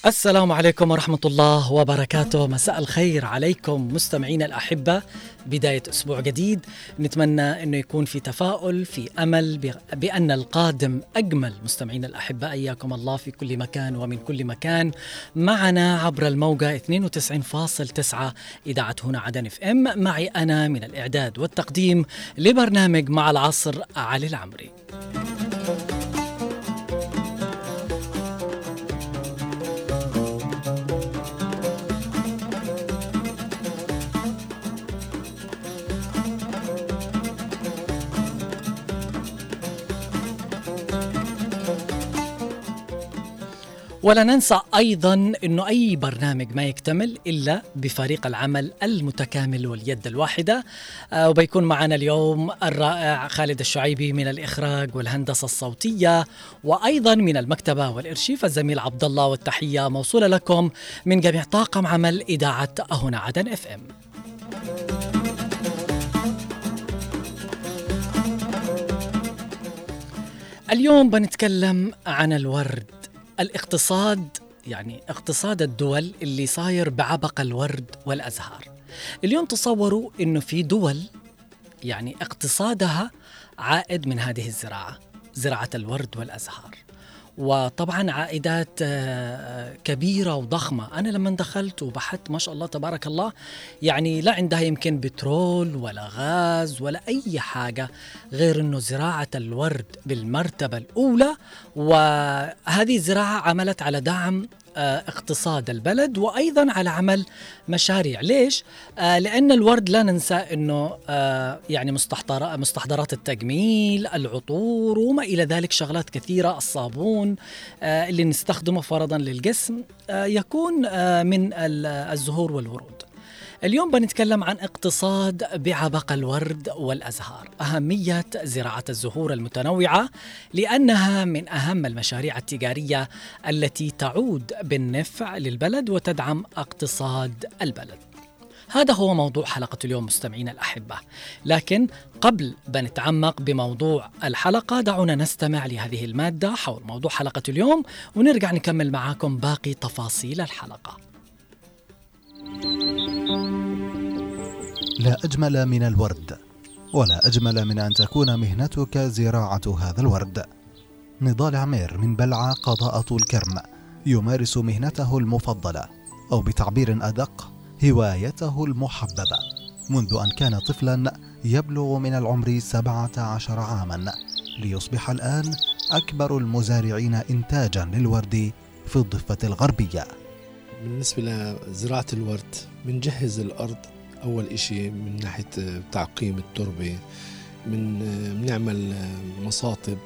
السلام عليكم ورحمة الله وبركاته. مساء الخير عليكم مستمعين الأحبة. بداية أسبوع جديد، نتمنى أنه يكون في تفاؤل، في أمل بأن القادم أجمل. مستمعين الأحبة، أياكم الله في كل مكان ومن كل مكان معنا عبر الموجة 92.9 إذاعة هنا عدن FM. معي أنا من الإعداد والتقديم لبرنامج مع العصر علي العمري. ولا ننسى أيضا أنه أي برنامج ما يكتمل إلا بفريق العمل المتكامل واليد الواحدة. وبيكون معنا اليوم الرائع خالد الشعيبي من الإخراج والهندسة الصوتية، وأيضا من المكتبة والإرشيف الزميل عبد الله. والتحية موصولة لكم من جميع طاقم عمل إذاعة هنا عدن FM. اليوم بنتكلم عن الورد، الاقتصاد، يعني اقتصاد الدول اللي صاير بعبق الورد والأزهار. اليوم تصوروا إنه في دول يعني اقتصادها عائد من هذه الزراعة، زراعة الورد والأزهار، وطبعا عائدات كبيرة وضخمة. أنا لما دخلت وبحثت ما شاء الله تبارك الله، يعني لا عندها يمكن بترول ولا غاز ولا أي حاجة غير أنه زراعة الورد بالمرتبة الأولى. وهذه الزراعة عملت على دعم اقتصاد البلد وأيضا على عمل مشاريع. ليش؟ لأن الورد لا ننسى أنه يعني مستحضرات التجميل، العطور وما إلى ذلك، شغلات كثيرة. الصابون اللي نستخدمه فرضا للجسم يكون من الزهور والورود. اليوم بنتكلم عن اقتصاد بعبق الورد والأزهار، أهمية زراعة الزهور المتنوعة لأنها من أهم المشاريع التجارية التي تعود بالنفع للبلد وتدعم اقتصاد البلد. هذا هو موضوع حلقة اليوم مستمعين الأحبة، لكن قبل بنتعمق بموضوع الحلقة دعونا نستمع لهذه المادة حول موضوع حلقة اليوم، ونرجع نكمل معاكم باقي تفاصيل الحلقة. لا أجمل من الورد، ولا أجمل من أن تكون مهنتك زراعة هذا الورد. نضال عمير من بلعة قضاء طول كرم يمارس مهنته المفضلة، أو بتعبير أدق هوايته المحببة، منذ أن كان طفلا يبلغ من العمر 17 عاما، ليصبح الآن أكبر المزارعين إنتاجا للورد في الضفة الغربية. بالنسبة لزراعة الورد، بنجهز الأرض أول إشي من ناحية تعقيم التربة، بنعمل مصاطب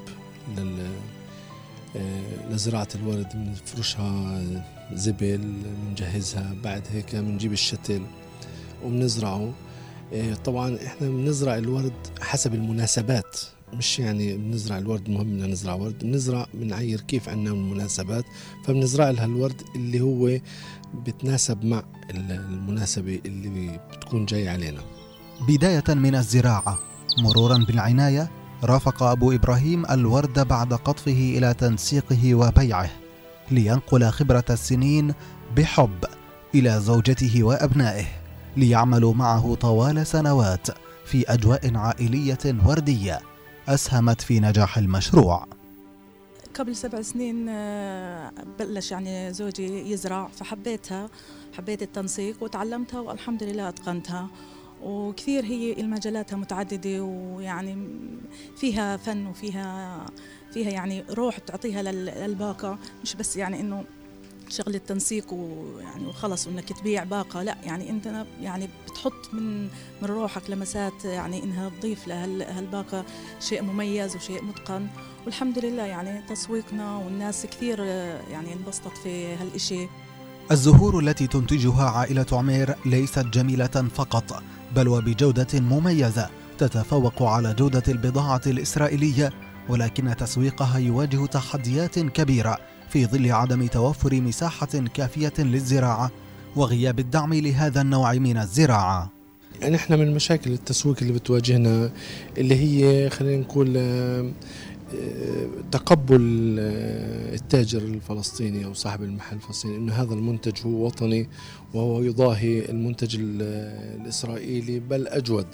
لزراعة الورد، بنفرشها زبل، بنجهزها. بعد هيك بنجيب الشتل وبنزرعه. طبعا احنا بنزرع الورد حسب المناسبات، مش يعني بنزرع الورد مهم ان نزرع ورد، بنزرع بنعير كيف عنا المناسبات، فبنزرع لها الورد اللي هو بتناسب مع المناسبة اللي بتكون جاي علينا. بداية من الزراعة مرورا بالعناية، رافق أبو إبراهيم الورد بعد قطفه إلى تنسيقه وبيعه، لينقل خبرة السنين بحب إلى زوجته وأبنائه، ليعملوا معه طوال سنوات في أجواء عائلية وردية أسهمت في نجاح المشروع. قبل 7 سنين بلش يعني زوجي يزرع، فحبيتها، حبيت التنسيق وتعلمتها والحمد لله أتقنتها. وكثير هي المجالاتها متعددة، ويعني فيها فن وفيها يعني روح بتعطيها للباقة، مش بس يعني إنه شغل التنسيق ويعني وخلص انك تبيع باقة، لا يعني انت يعني بتحط من روحك لمسات، يعني انها تضيف لهالباقة شيء مميز وشيء متقن. والحمد لله يعني تسويقنا والناس كثير يعني انبسطت في هالإشي. الزهور التي تنتجها عائلة عمير ليست جميلة فقط، بل وبجودة مميزة تتفوق على جودة البضاعة الإسرائيلية، ولكن تسويقها يواجه تحديات كبيرة في ظل عدم توفر مساحة كافية للزراعة وغياب الدعم لهذا النوع من الزراعة. يعني احنا من مشاكل التسويق اللي بتواجهنا اللي هي خلينا نقول تقبل التاجر الفلسطيني أو صاحب المحل الفلسطيني إنه هذا المنتج هو وطني وهو يضاهي المنتج الإسرائيلي بل أجود.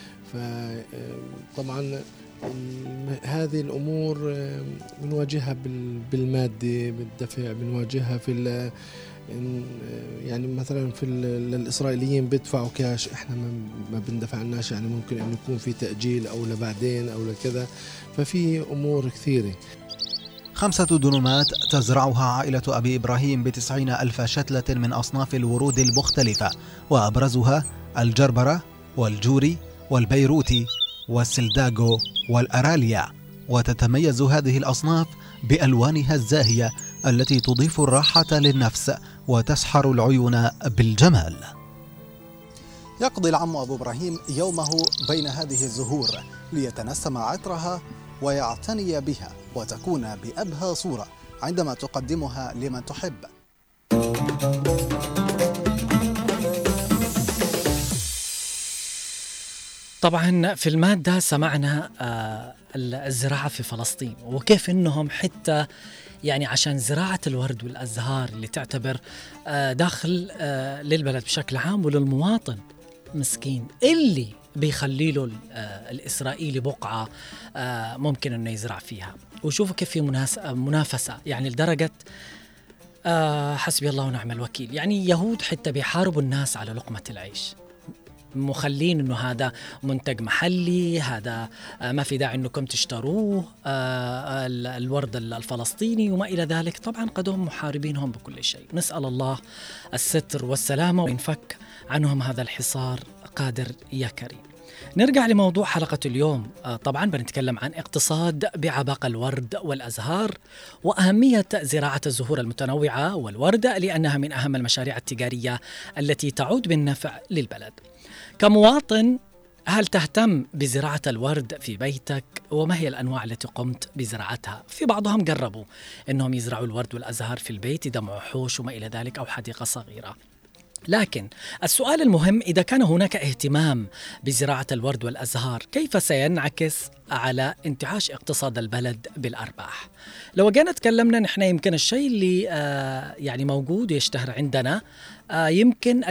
فطبعا هذه الأمور بنواجهها بالمادة، بالدفع، بنواجهها في يعني مثلا للإسرائيليين بيدفعوا كاش، احنا ما بندفعناش، يعني ممكن أن يكون في تأجيل أو لبعدين أو لكذا. ففي أمور كثيرة. 5 دنومات تزرعها عائلة أبي إبراهيم ب90,000 شتلة من أصناف الورود المختلفة، وأبرزها الجربرة والجوري والبيروتي والسلداغو والأراليا. وتتميز هذه الأصناف بألوانها الزاهية التي تضيف الراحة للنفس وتسحر العيون بالجمال. يقضي العم أبو إبراهيم يومه بين هذه الزهور ليتنسم عطرها ويعتني بها وتكون بأبهى صورة عندما تقدمها لمن تحب. طبعا في المادة سمعنا الزراعة في فلسطين وكيف انهم حتى يعني عشان زراعة الورد والأزهار اللي تعتبر داخل للبلد بشكل عام وللمواطن مسكين اللي بيخلي له الإسرائيلي بقعة ممكن انه يزرع فيها. وشوفوا كيف في منافسة يعني لدرجة حسبي الله ونعم الوكيل، يعني يهود حتى بيحاربوا الناس على لقمة العيش، مخلين انه هذا منتج محلي، هذا ما في داعي انكم تشتروه، الورد الفلسطيني وما الى ذلك. طبعا قدهم محاربينهم بكل شيء. نسأل الله الستر والسلامة وينفك عنهم هذا الحصار قادر يا كريم. نرجع لموضوع حلقة اليوم. طبعا بنتكلم عن اقتصاد بعبق الورد والأزهار وأهمية زراعة الزهور المتنوعة والورد لأنها من أهم المشاريع التجارية التي تعود بالنفع للبلد. كمواطن، هل تهتم بزراعة الورد في بيتك؟ وما هي الأنواع التي قمت بزراعتها؟ في بعضهم جربوا أنهم يزرعوا الورد والأزهار في البيت، يدمعوا حوش وما إلى ذلك أو حديقة صغيرة. لكن السؤال المهم، إذا كان هناك اهتمام بزراعة الورد والأزهار، كيف سينعكس على انتعاش اقتصاد البلد بالأرباح؟ لو جينا تكلمنا نحن، يمكن الشيء اللي يعني موجود يشتهر عندنا يمكن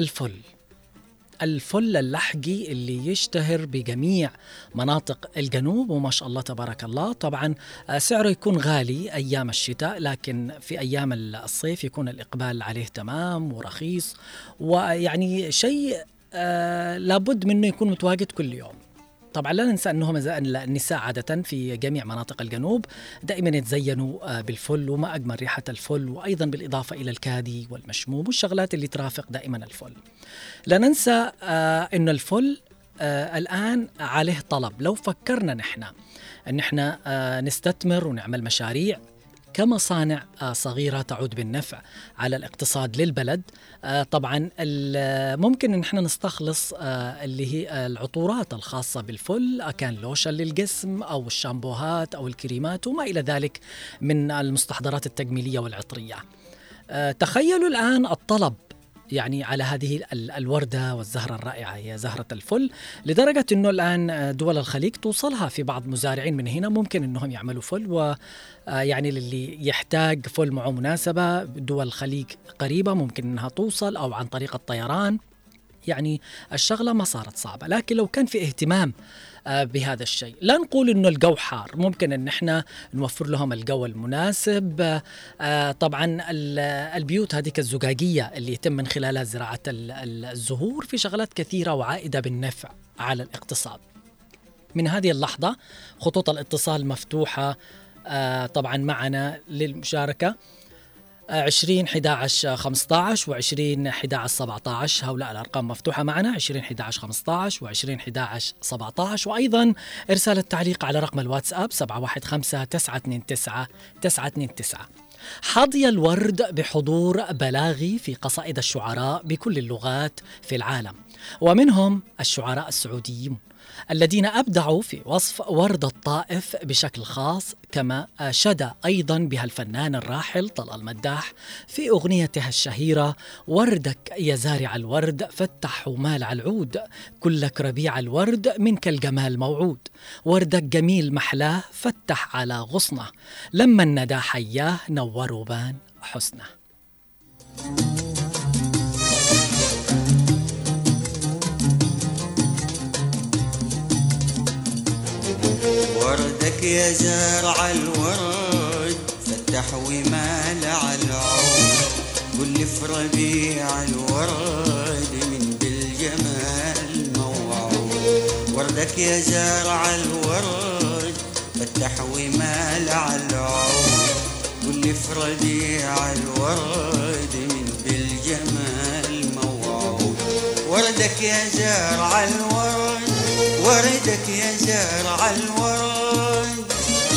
الفل اللحقي اللي يشتهر بجميع مناطق الجنوب، وما شاء الله تبارك الله. طبعا سعره يكون غالي أيام الشتاء، لكن في أيام الصيف يكون الإقبال عليه تمام ورخيص، ويعني شيء لابد منه يكون متواجد كل يوم. طبعا لا ننسى أنهم النساء عادة في جميع مناطق الجنوب دائما يتزينوا بالفل، وما أجمل ريحة الفل، وأيضا بالإضافة إلى الكادي والمشموم والشغلات اللي ترافق دائما الفل. لا ننسى أن الفل الآن عليه طلب. لو فكرنا نحن أن احنا نستثمر ونعمل مشاريع كمصانع صغيرة تعود بالنفع على الاقتصاد للبلد، طبعا ممكن ان احنا نستخلص اللي هي العطورات الخاصة بالفل، كان لوشن للجسم او الشامبوهات او الكريمات وما الى ذلك من المستحضرات التجميلية والعطرية. تخيلوا الآن الطلب يعني على هذه الوردة والزهرة الرائعة، هي زهرة الفل، لدرجة أنه الآن دول الخليج توصلها في بعض مزارعين من هنا ممكن أنهم يعملوا فل، ويعني للي يحتاج فل معه مناسبة دول الخليج قريبة ممكن أنها توصل، أو عن طريق الطيران. يعني الشغلة ما صارت صعبة، لكن لو كان في اهتمام بهذا الشيء، لا نقول إنه الجو حار، ممكن إن إحنا نوفر لهم الجو المناسب. طبعا البيوت هذيك الزجاجية اللي يتم من خلالها زراعة الزهور في شغلات كثيرة وعائدة بالنفع على الاقتصاد. من هذه اللحظة خطوط الاتصال مفتوحة طبعا معنا للمشاركة 20 11 15 و20 11 17. هؤلاء الأرقام مفتوحة معنا 20 11 15 و20 11 17، وأيضا إرسال التعليق على رقم الواتساب 715 929 929. حظي الورد بحضور بلاغي في قصائد الشعراء بكل اللغات في العالم، ومنهم الشعراء السعوديين. الذين أبدعوا في وصف ورد الطائف بشكل خاص، كما أشاد أيضا بها الفنان الراحل طلال مداح في أغنيته الشهيرة: وردك يا زارع الورد فتح ومالع العود، كلك ربيع الورد منك الجمال موعود، وردك جميل محلاه فتح على غصنه، لما الندى حياه نور وبان حسنه. وردك يا زارع الورد فتح ومالع العود، كل في ربيع الورد من بالجمال موعود. وردك يا زارع الورد فتح ومالع العود، كل في ربيع الورد من بالجمال موعود. وردك يا زارع الورد، وردك يا زارع الورد.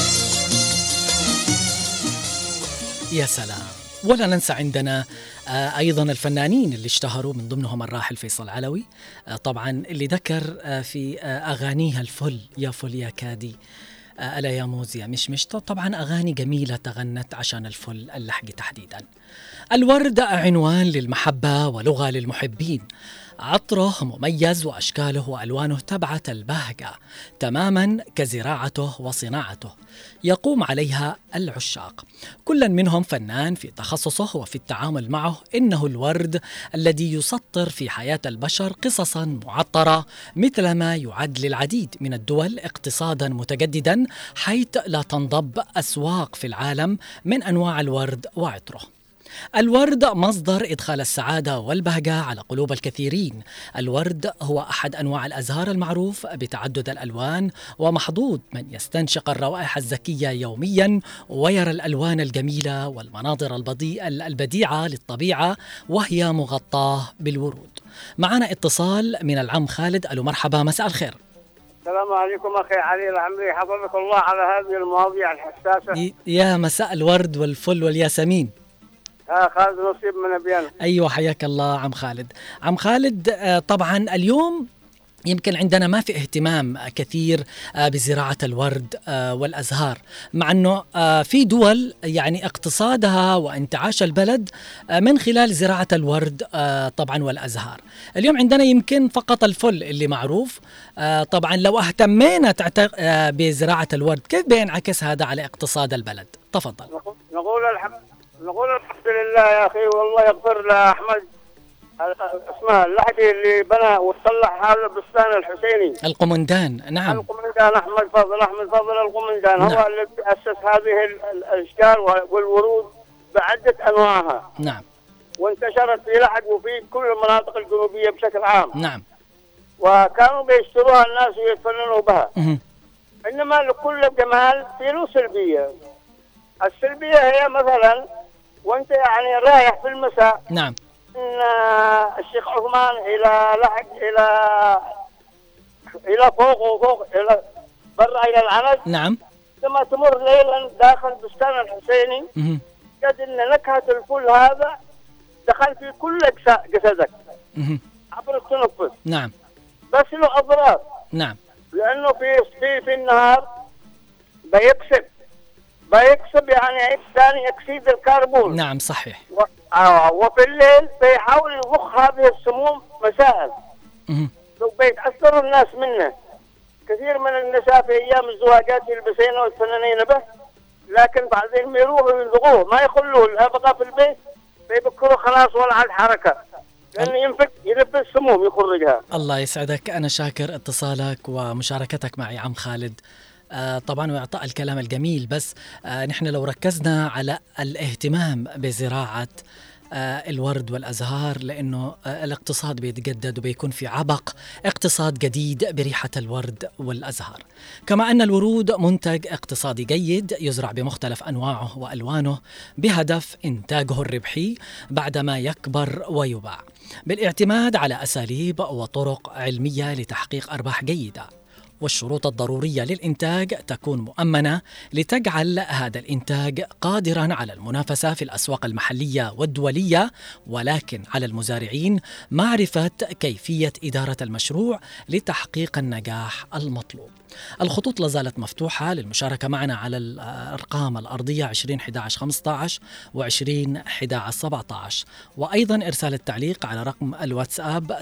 يا سلام. ولا ننسى عندنا أيضا الفنانين اللي اشتهروا، من ضمنهم الراحل فيصل علوي، طبعا اللي ذكر في أغانيها الفل، يا فل يا كادي، ألا يا موز يا مشمش، طبعا أغاني جميلة تغنت عشان الفل اللحقي تحديدا. الورد عنوان للمحبة ولغة للمحبين، عطره مميز وأشكاله وألوانه تبعت البهجة تماما كزراعته وصناعته، يقوم عليها العشاق، كل منهم فنان في تخصصه وفي التعامل معه. إنه الورد الذي يسطر في حياة البشر قصصا معطرة، مثلما يعد للعديد من الدول اقتصادا متجددا، حيث لا تنضب أسواق في العالم من أنواع الورد وعطره. الورد مصدر إدخال السعادة والبهجة على قلوب الكثيرين. الورد هو أحد أنواع الأزهار المعروف بتعدد الألوان، ومحظوظ من يستنشق الروائح الزكية يوميا ويرى الألوان الجميلة والمناظر البديعة للطبيعة وهي مغطاة بالورود. معنا اتصال من العم خالد. ألو مرحبا، مساء الخير. السلام عليكم أخي علي العمري، حفظك الله على هذه المواضيع الحساسة. يا مساء الورد والفل والياسمين. خالد نصيب من أبيان. أيوة، حياك الله عم خالد. عم خالد، طبعا اليوم يمكن عندنا ما في اهتمام كثير بزراعة الورد والأزهار، مع أنه في دول يعني اقتصادها وانتعاش البلد من خلال زراعة الورد طبعا والأزهار. اليوم عندنا يمكن فقط الفل اللي معروف. طبعا لو اهتمينا بزراعة الورد، كيف بينعكس هذا على اقتصاد البلد؟ تفضل. نقول الحمد لله يا أخي، والله يغفر لأحمد اسمه اللحدي اللي بنى وصلح هذا البستان الحسيني القمندان. نعم، القمندان أحمد فضل القمندان. نعم. هو الذي أسس هذه الأشجار والورود بعدة أنواعها. نعم، وانتشرت في لحد وفي كل المناطق الجنوبية بشكل عام. نعم، وكانوا بيشتروها الناس ويتفننوا بها. إنما لكل جمال في له سلبية. السلبية هي مثلا وانت يعني رايح في المساء. نعم، ان الشيخ عثمان الى لحق الى فوق وفوق الى برا الى العرج. نعم، ثم تمر ليلا داخل بستان الحسيني، قد ان نكهة الفل هذا دخل في كل اجزاء جسدك عبر التنفس. نعم، بس له اضرار. نعم، لانه في النهار بيكسب يعني ثاني اكسيد الكربون. نعم، صحيح. وفي الليل بيحاول يضخ هذه السموم مساء. بيتأثر الناس منه. كثير من النساء في ايام الزواجات يلبسين ويتفننين به، لكن بعدين بيروحوا يلغوه، ما يخلوه، بقى في البيت بيبكروا خلاص ولا على الحركه، لانه ينفذ السموم يخرجها. الله يسعدك، انا شاكر اتصالك ومشاركتك معي عم خالد. طبعا وإعطاء الكلام الجميل، بس نحن لو ركزنا على الاهتمام بزراعة الورد والأزهار، لأنه الاقتصاد بيتجدد وبيكون في عبق اقتصاد جديد بريحة الورد والأزهار. كما أن الورود منتج اقتصادي جيد يزرع بمختلف أنواعه وألوانه بهدف إنتاجه الربحي بعدما يكبر ويباع، بالاعتماد على أساليب وطرق علمية لتحقيق أرباح جيدة. والشروط الضرورية للإنتاج تكون مؤمنة لتجعل هذا الإنتاج قادراً على المنافسة في الأسواق المحلية والدولية، ولكن على المزارعين معرفة كيفية إدارة المشروع لتحقيق النجاح المطلوب. الخطوط لازالت مفتوحة للمشاركة معنا على الأرقام الأرضية 2011-15 و2011-17، وأيضا إرسال التعليق على رقم الواتساب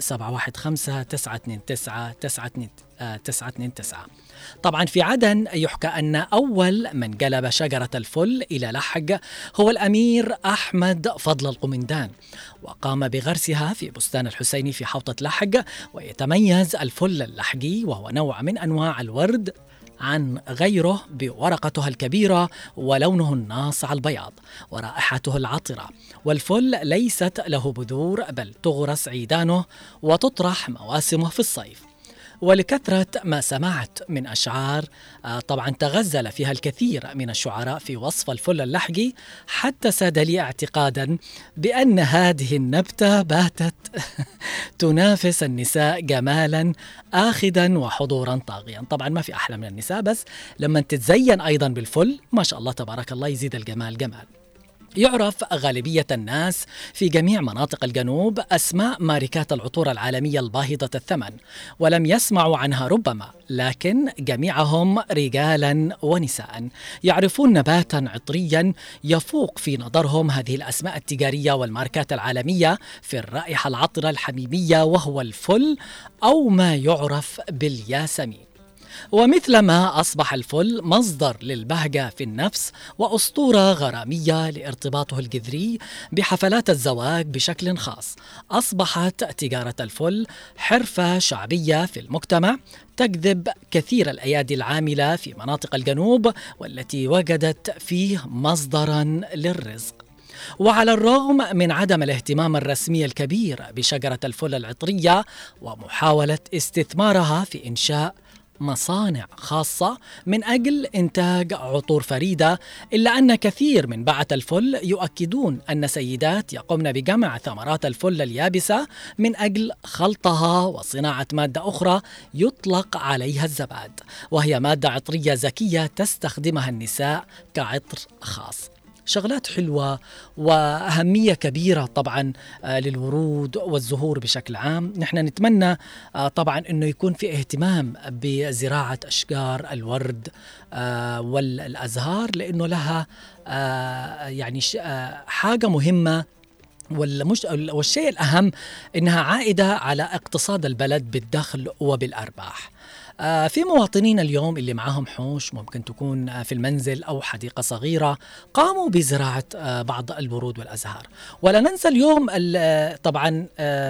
715-929-929. طبعا في عدن يحكى أن أول من جلب شجرة الفل إلى لحج هو الأمير أحمد فضل القمندان، وقام بغرسها في بستان الحسيني في حوطة لحج. ويتميز الفل اللحجي وهو نوع من أنواع الورد عن غيره بورقتها الكبيرة ولونه الناصع البياض ورائحته العطرة. والفل ليست له بذور بل تغرس عيدانه وتطرح مواسمه في الصيف. ولكثرة ما سمعت من أشعار طبعا تغزل فيها الكثير من الشعراء في وصف الفل اللحجي، حتى ساد لي اعتقادا بأن هذه النبتة باتت تنافس النساء جمالا آخذا وحضورا طاغيا. طبعا ما في أحلى من النساء، بس لما تتزين أيضا بالفل ما شاء الله تبارك الله يزيد الجمال جمال. يعرف غالبية الناس في جميع مناطق الجنوب أسماء ماركات العطور العالمية الباهظة الثمن، ولم يسمعوا عنها ربما، لكن جميعهم رجالا ونساء يعرفون نباتا عطريا يفوق في نظرهم هذه الأسماء التجارية والماركات العالمية في الرائحة العطرة الحميمية، وهو الفل أو ما يعرف بالياسمين. ومثلما أصبح الفل مصدر للبهجة في النفس وأسطورة غرامية لارتباطه الجذري بحفلات الزواج بشكل خاص، أصبحت تجارة الفل حرفة شعبية في المجتمع تجذب كثير الأيادي العاملة في مناطق الجنوب والتي وجدت فيه مصدرا للرزق. وعلى الرغم من عدم الاهتمام الرسمي الكبير بشجرة الفل العطرية ومحاولة استثمارها في إنشاء مصانع خاصة من أجل إنتاج عطور فريدة، إلا أن كثير من باعة الفل يؤكدون أن سيدات يقومن بجمع ثمرات الفل اليابسة من أجل خلطها وصناعة مادة أخرى يطلق عليها الزباد، وهي مادة عطرية زكية تستخدمها النساء كعطر خاص. شغلات حلوة وأهمية كبيرة طبعا للورود والزهور بشكل عام. نحن نتمنى طبعا أنه يكون في اهتمام بزراعة أشجار الورد والأزهار، لأنه لها يعني حاجة مهمة، والشيء الأهم أنها عائدة على اقتصاد البلد بالدخل وبالأرباح. في مواطنين اليوم اللي معهم حوش ممكن تكون في المنزل أو حديقة صغيرة قاموا بزراعة بعض الورود والأزهار. ولا ننسى اليوم طبعا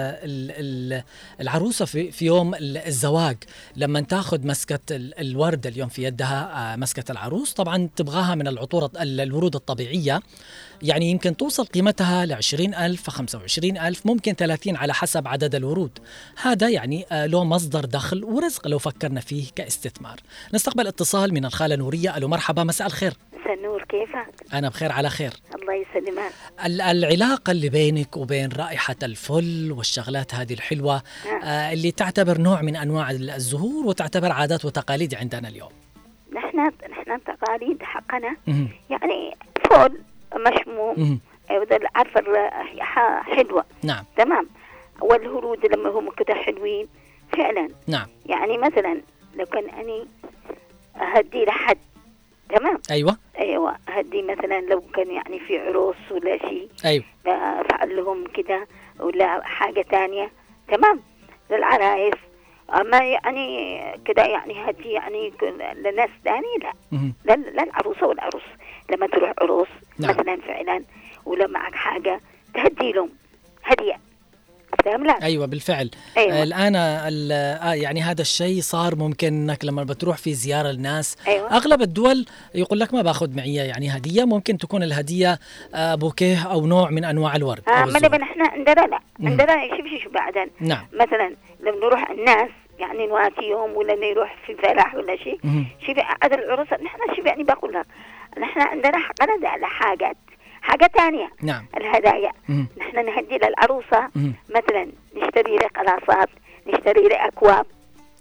العروسة في يوم الزواج لما تاخذ مسكة الورد اليوم في يدها، مسكة العروس طبعا تبغاها من الورود الطبيعية، يعني يمكن توصل قيمتها ل20,000 25,000 ممكن 30 على حسب عدد الورود. هذا يعني له مصدر دخل ورزق لو فكرنا فيه كاستثمار. نستقبل اتصال من الخالة نورية. ألو مرحبا، مساء الخير. مساء النور، كيفك؟ أنا بخير على خير. الله يسلمك. العلاقة اللي بينك وبين رائحة الفل والشغلات هذه الحلوة اللي تعتبر نوع من أنواع الزهور وتعتبر عادات وتقاليد عندنا اليوم. نحن تقاليد حقنا يعني فل مشموم، عارفة الرائحة حلوة. نعم. تمام. والهرود لما هم كده حلوين فعلا. نعم. يعني مثلا لو كان أنا أهدي لحد، تمام. أيوة هدي مثلا لو كان يعني في عروس ولا شيء، أيوة، أفعل لهم كده ولا حاجة تانية، تمام، للعرايس. أما يعني كده يعني هدي يعني لناس تاني لا العروسة والعروس لما تروح عروس. نعم. مثلا فعلا ولا معك حاجة تهدي لهم هدية. أيوة بالفعل. أيوة. الآن يعني هذا الشيء صار ممكن أنك لما بتروح في زيارة للناس. أيوة. أغلب الدول يقول لك ما باخذ معي يعني هدية، ممكن تكون الهدية بوكيه أو نوع من أنواع الورد. ما نحن عندنا لا عندنا شو بعدين. نعم. مثلا لما نروح الناس يعني نواتي يوم ولا نروح في فرح ولا شيء عدد العروس نحن يعني بقول لك نحن عندنا حقنا على حاجة تانية. نعم. الهدايا نحن نهدي للعروسة مثلا نشتري لها قلاصات، نشتري لها أكواب.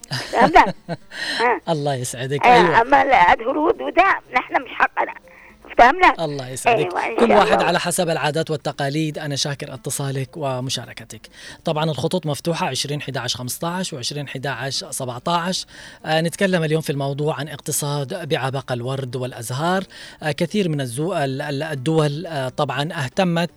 فهمت؟ الله يسعدك. أيوة. أما الهرود وده نحن مش حقنا، فهمنا؟ الله يسعدك. أيوة كل واحد على حسب العادات والتقاليد. أنا شاكر اتصالك ومشاركتك. طبعا الخطوط مفتوحة 20 11 15 و20 11 17. نتكلم اليوم في الموضوع عن اقتصاد بعبق الورد والأزهار. كثير من الدول طبعا اهتمت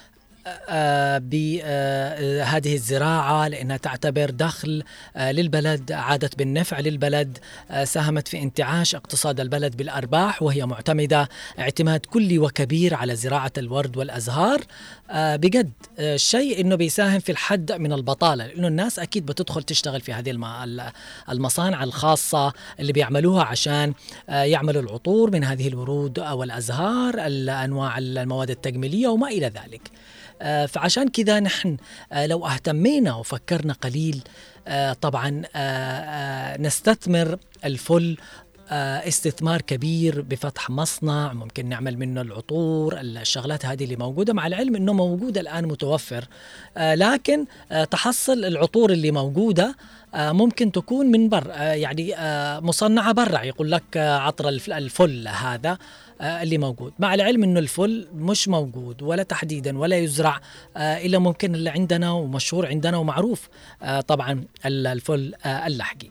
بهذه الزراعة لأنها تعتبر دخل للبلد، عادت بالنفع للبلد، ساهمت في انتعاش اقتصاد البلد بالأرباح، وهي معتمدة اعتماد كلي وكبير على زراعة الورد والأزهار. بجد شيء إنه بيساهم في الحد من البطالة، لأنه الناس أكيد بتدخل تشتغل في هذه المصانع الخاصة اللي بيعملوها عشان يعملوا العطور من هذه الورود أو الأزهار، الأنواع المواد التجميلية وما إلى ذلك. فعشان كذا نحن لو اهتمينا وفكرنا قليل طبعا نستثمر الفل استثمار كبير بفتح مصنع، ممكن نعمل منه العطور، الشغلات هذه اللي موجودة، مع العلم انه موجودة الآن متوفر، لكن تحصل العطور اللي موجودة ممكن تكون من بر، يعني مصنعة برا. يقول لك عطر الفل هذا اللي موجود، مع العلم انه الفل مش موجود ولا تحديدا ولا يزرع الا ممكن اللي عندنا ومشهور عندنا ومعروف طبعا الفل اللحقي.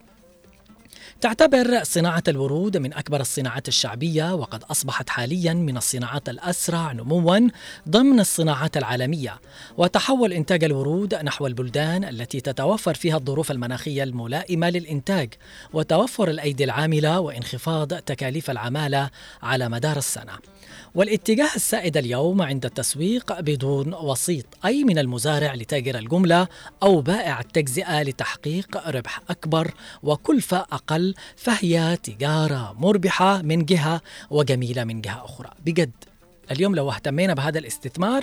تعتبر صناعة الورود من أكبر الصناعات الشعبية، وقد أصبحت حاليا من الصناعات الأسرع نموا ضمن الصناعات العالمية. وتحول إنتاج الورود نحو البلدان التي تتوفر فيها الظروف المناخية الملائمة للإنتاج، وتوفر الأيدي العاملة، وانخفاض تكاليف العمالة على مدار السنة. والاتجاه السائد اليوم عند التسويق بدون وسيط، أي من المزارع لتاجر الجملة أو بائع التجزئة لتحقيق ربح أكبر وكلفة أقل، فهي تجارة مربحة من جهة وجميلة من جهة أخرى. بجد اليوم لو اهتمينا بهذا الاستثمار،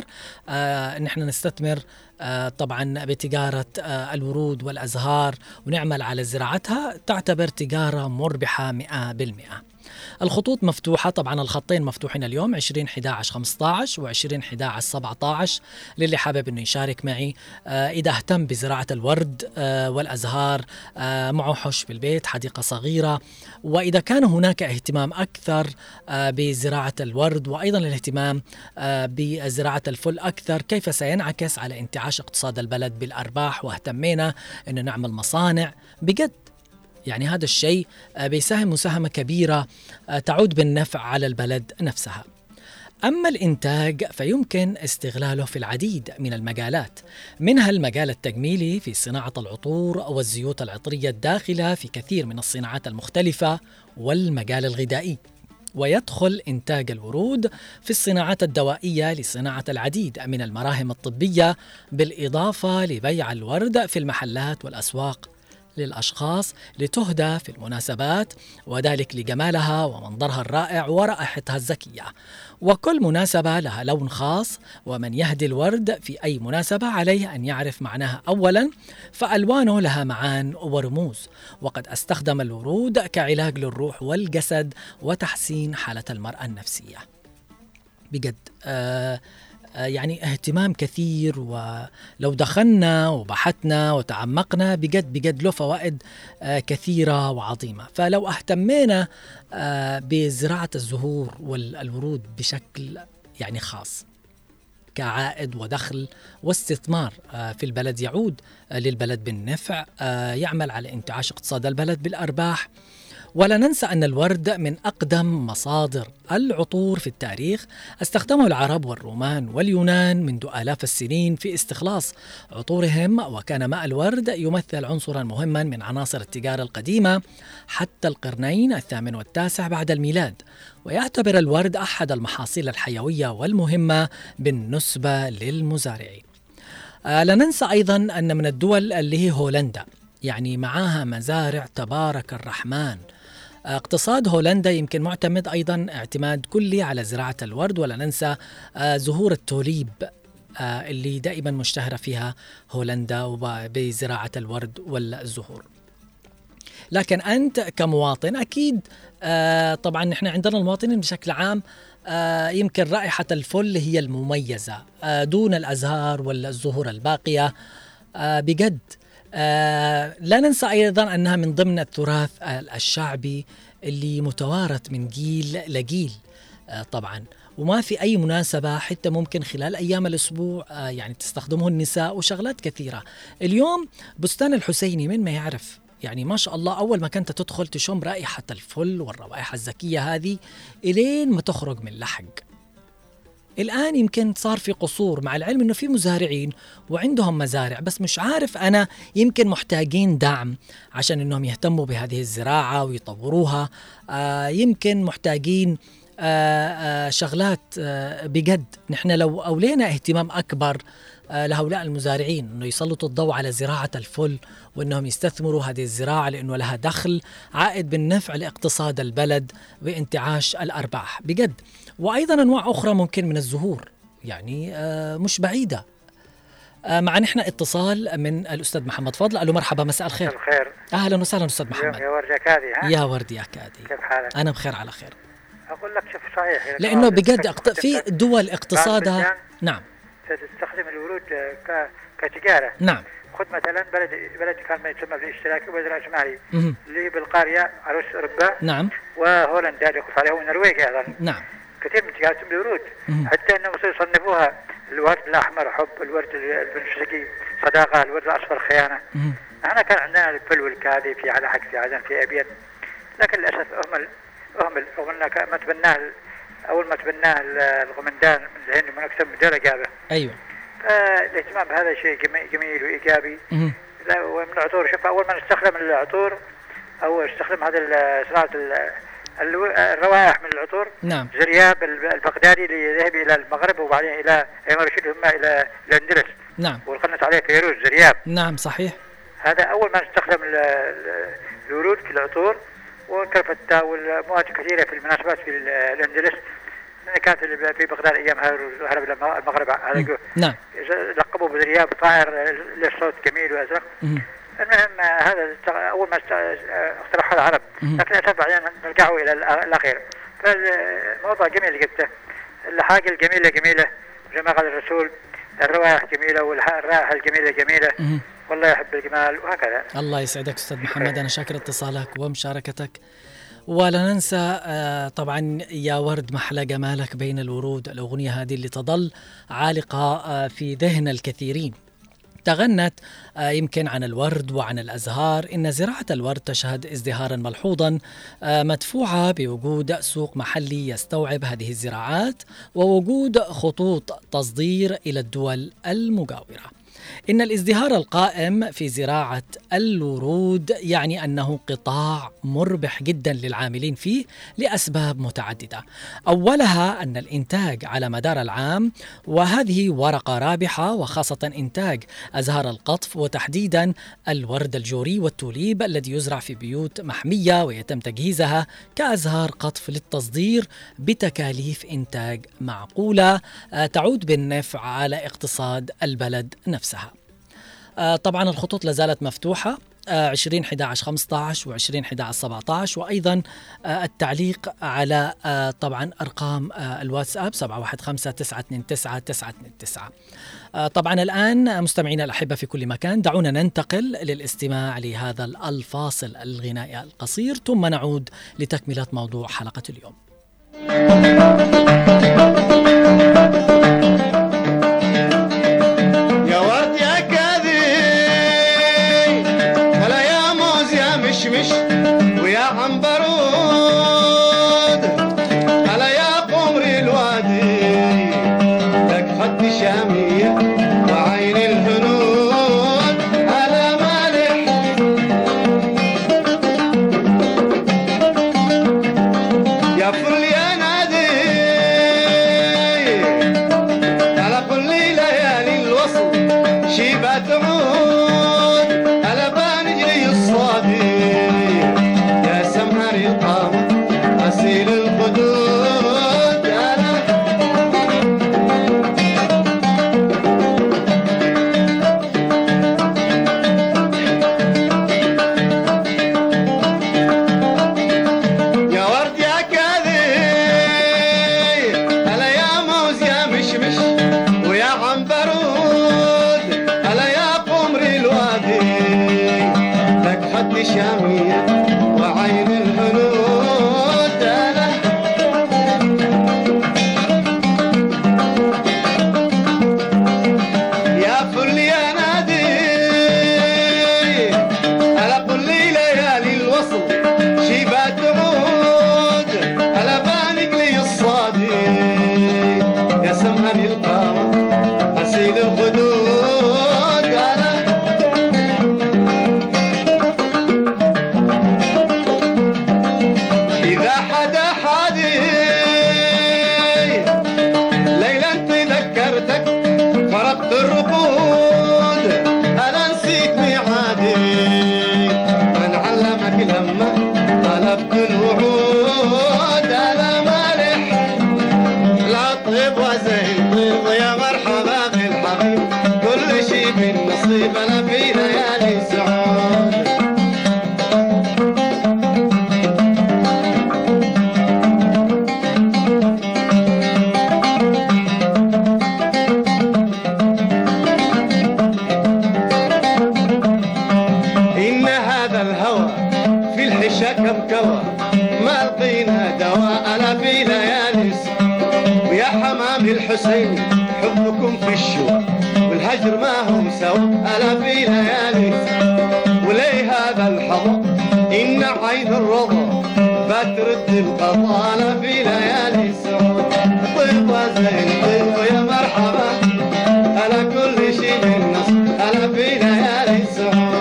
نحن نستثمر طبعا بتجارة الورود والأزهار ونعمل على زراعتها، تعتبر تجارة مربحة 100%. الخطوط مفتوحة، طبعا الخطين مفتوحين اليوم 20 11 15 و20 11 17 للي حابب انه يشارك معي اذا اهتم بزراعة الورد والأزهار، معه حش في البيت، حديقة صغيرة، واذا كان هناك اهتمام اكثر بزراعة الورد وايضا الاهتمام بزراعة الفل اكثر، كيف سينعكس على انتعاش اقتصاد البلد بالارباح، واهتمينا انه نعمل مصانع. بجد يعني هذا الشيء بيساهم مساهمة كبيرة تعود بالنفع على البلد نفسها. أما الإنتاج فيمكن استغلاله في العديد من المجالات، منها المجال التجميلي في صناعة العطور والزيوت العطرية الداخلة في كثير من الصناعات المختلفة، والمجال الغذائي. ويدخل إنتاج الورود في الصناعات الدوائية لصناعة العديد من المراهم الطبية، بالإضافة لبيع الورد في المحلات والأسواق للأشخاص لتهدى في المناسبات، وذلك لجمالها ومنظرها الرائع ورائحتها الزكية. وكل مناسبة لها لون خاص، ومن يهدي الورد في أي مناسبة عليه أن يعرف معناها أولا، فألوانه لها معان ورموز. وقد استخدم الورود كعلاج للروح والجسد وتحسين حالة المرأة النفسية. بجد يعني اهتمام كثير، ولو دخلنا وبحثنا وتعمقنا بجد له فوائد كثيرة وعظيمة. فلو اهتمينا بزراعة الزهور والورود بشكل يعني خاص كعائد ودخل واستثمار في البلد، يعود للبلد بالنفع، يعمل على انتعاش اقتصاد البلد بالأرباح. ولا ننسى أن الورد من أقدم مصادر العطور في التاريخ، استخدمه العرب والرومان واليونان منذ آلاف السنين في استخلاص عطورهم، وكان ماء الورد يمثل عنصرا مهما من عناصر التجارة القديمة حتى القرنين الثامن والتاسع بعد الميلاد. ويعتبر الورد أحد المحاصيل الحيوية والمهمة بالنسبة للمزارعين. لا ننسى أيضا أن من الدول اللي هي هولندا، يعني معاها مزارع تبارك الرحمن. اقتصاد هولندا يمكن معتمد أيضا اعتماد كلي على زراعة الورد. ولا ننسى زهور التوليب اللي دائما مشتهرة فيها هولندا بزراعة الورد والزهور. لكن أنت كمواطن أكيد طبعا نحن عندنا المواطنين بشكل عام يمكن رائحة الفل هي المميزة دون الأزهار والزهور الباقية. بجد لا ننسى أيضا أنها من ضمن التراث الشعبي اللي متوارث من جيل لجيل طبعا، وما في أي مناسبة حتى ممكن خلال أيام الأسبوع يعني تستخدمه النساء وشغلات كثيرة. اليوم بستان الحسيني من ما يعرف يعني ما شاء الله، أول ما كنت تدخل تشم رائحة الفل والروائح الزكية هذه إلين ما تخرج من لحق. الآن يمكن صار في قصور، مع العلم أنه في مزارعين وعندهم مزارع، بس مش عارف أنا يمكن محتاجين دعم عشان أنهم يهتموا بهذه الزراعة ويطوروها. يمكن محتاجين شغلات بجد. نحن لو أولينا اهتمام أكبر لهؤلاء المزارعين أنه يسلطوا الضوء على زراعة الفل وأنهم يستثمروا هذه الزراعة لأنه لها دخل عائد بالنفع لاقتصاد البلد وانتعاش الأرباح بجد. وأيضا أنواع أخرى ممكن من الزهور يعني مش بعيدة. مع نحن اتصال من الأستاذ محمد فضل. ألو مرحبا، مساء الخير. الخير. أهلا وسهلا أستاذ محمد. يا ورد يا كادي. يا ورد يا كادي، كيف حالك؟ أنا بخير على خير. أقول لك شوف صحيح لأنه بجد في دول اقتصادها نعم تستخدم الورود كتجارة. نعم. خذ مثلا بلد كان ما يسمى بالاشتراكي وبلد الأجمالي اللي بالقارية عروس أوروبا. نعم. وهولندا اللي يقف عليها والنرويج أيضا. نعم. كثير من تجارتهم بالورود، حتى أنهم يصنفوها الورد الأحمر حب، الورد البنفسجي صداقة، الورد الأصفر خيانة. احنا كان عندنا الفل والكادي في على حق في عدن في أبين، لكن للأسف أهمل ما تبناه أول ما تبناه الغمندان من الهند من أكثر من دولة جابه. أيوة. فالاهتمام بهذا شيء جميل وإيجابي. ومن العطور، شوف أول ما نستخدم العطور أو نستخدم هذا صناعة الروائح من العطور. نعم. زرياب البغدادي اللي ذهب إلى المغرب وبعدين إلى رشيد هم إلى الأندلس. نعم. والقنت عليه فيروز زرياب. نعم صحيح. هذا أول ما نستخدم الورود في العطور. وكرفتة والمواد كثيرة في المناسبات في الأندلس، كانت في بغداد أيام هرب المغرب على نعم. لقبوا بزرياب طائر له صوت جميل وأزرق. المهم هذا أول ما اقترحها العرب، لكن للأسف بعدين نرجعوا إلى الأخير. فالموضوع جميل جدا، الحاجة الجميلة جميلة زي ما قال الرسول، الروائح جميلة والرائحة الجميلة جميلة، والله يحب الجمال وهكذا. الله يسعدك أستاذ محمد، أنا شاكر اتصالك ومشاركتك. ولا ننسى طبعا يا ورد محلى جمالك بين الورود، الأغنية هذه اللي تظل عالقة في ذهن الكثيرين. تغنت يمكن عن الورد وعن الأزهار. إن زراعة الورد تشهد ازدهارا ملحوظا مدفوعة بوجود سوق محلي يستوعب هذه الزراعات ووجود خطوط تصدير إلى الدول المجاورة. إن الازدهار القائم في زراعة الورود يعني أنه قطاع مربح جدا للعاملين فيه لأسباب متعددة. أولها أن الإنتاج على مدار العام، وهذه ورقة رابحة، وخاصة إنتاج أزهار القطف وتحديدا الورد الجوري والتوليب الذي يزرع في بيوت محمية ويتم تجهيزها كأزهار قطف للتصدير بتكاليف إنتاج معقولة تعود بالنفع على اقتصاد البلد نفسها. طبعا الخطوط لازالت مفتوحة 2011-15 و2011-17، وأيضا التعليق على طبعا أرقام الواتساب 715-929-929. طبعا الآن مستمعينا الأحبة في كل مكان، دعونا ننتقل للاستماع لهذا الفاصل الغنائي القصير، ثم نعود لتكملة موضوع حلقة اليوم. ويا عنبرود على يا قمر الوادي، لك خد شامية وعين الهنود على مالح، يا فل يا نادي طيب وزين طيب يا مرحبا بالحبيب كل شي بالنصيب انا في ليالي سعود. إن هذا الهوى في الحشا كوكوى ما لقينا دواء أنا في ليالي ويا حمام الحسين حبكم في الشوق والهجر ما هم سوا أنا في ليالي ولي هذا الحظ إن عين الرضا بترد القضاء أنا في ليالي سعود. طيب وزين طيب يا مرحبا أنا كل شي بالنص أنا في ليالي سعود.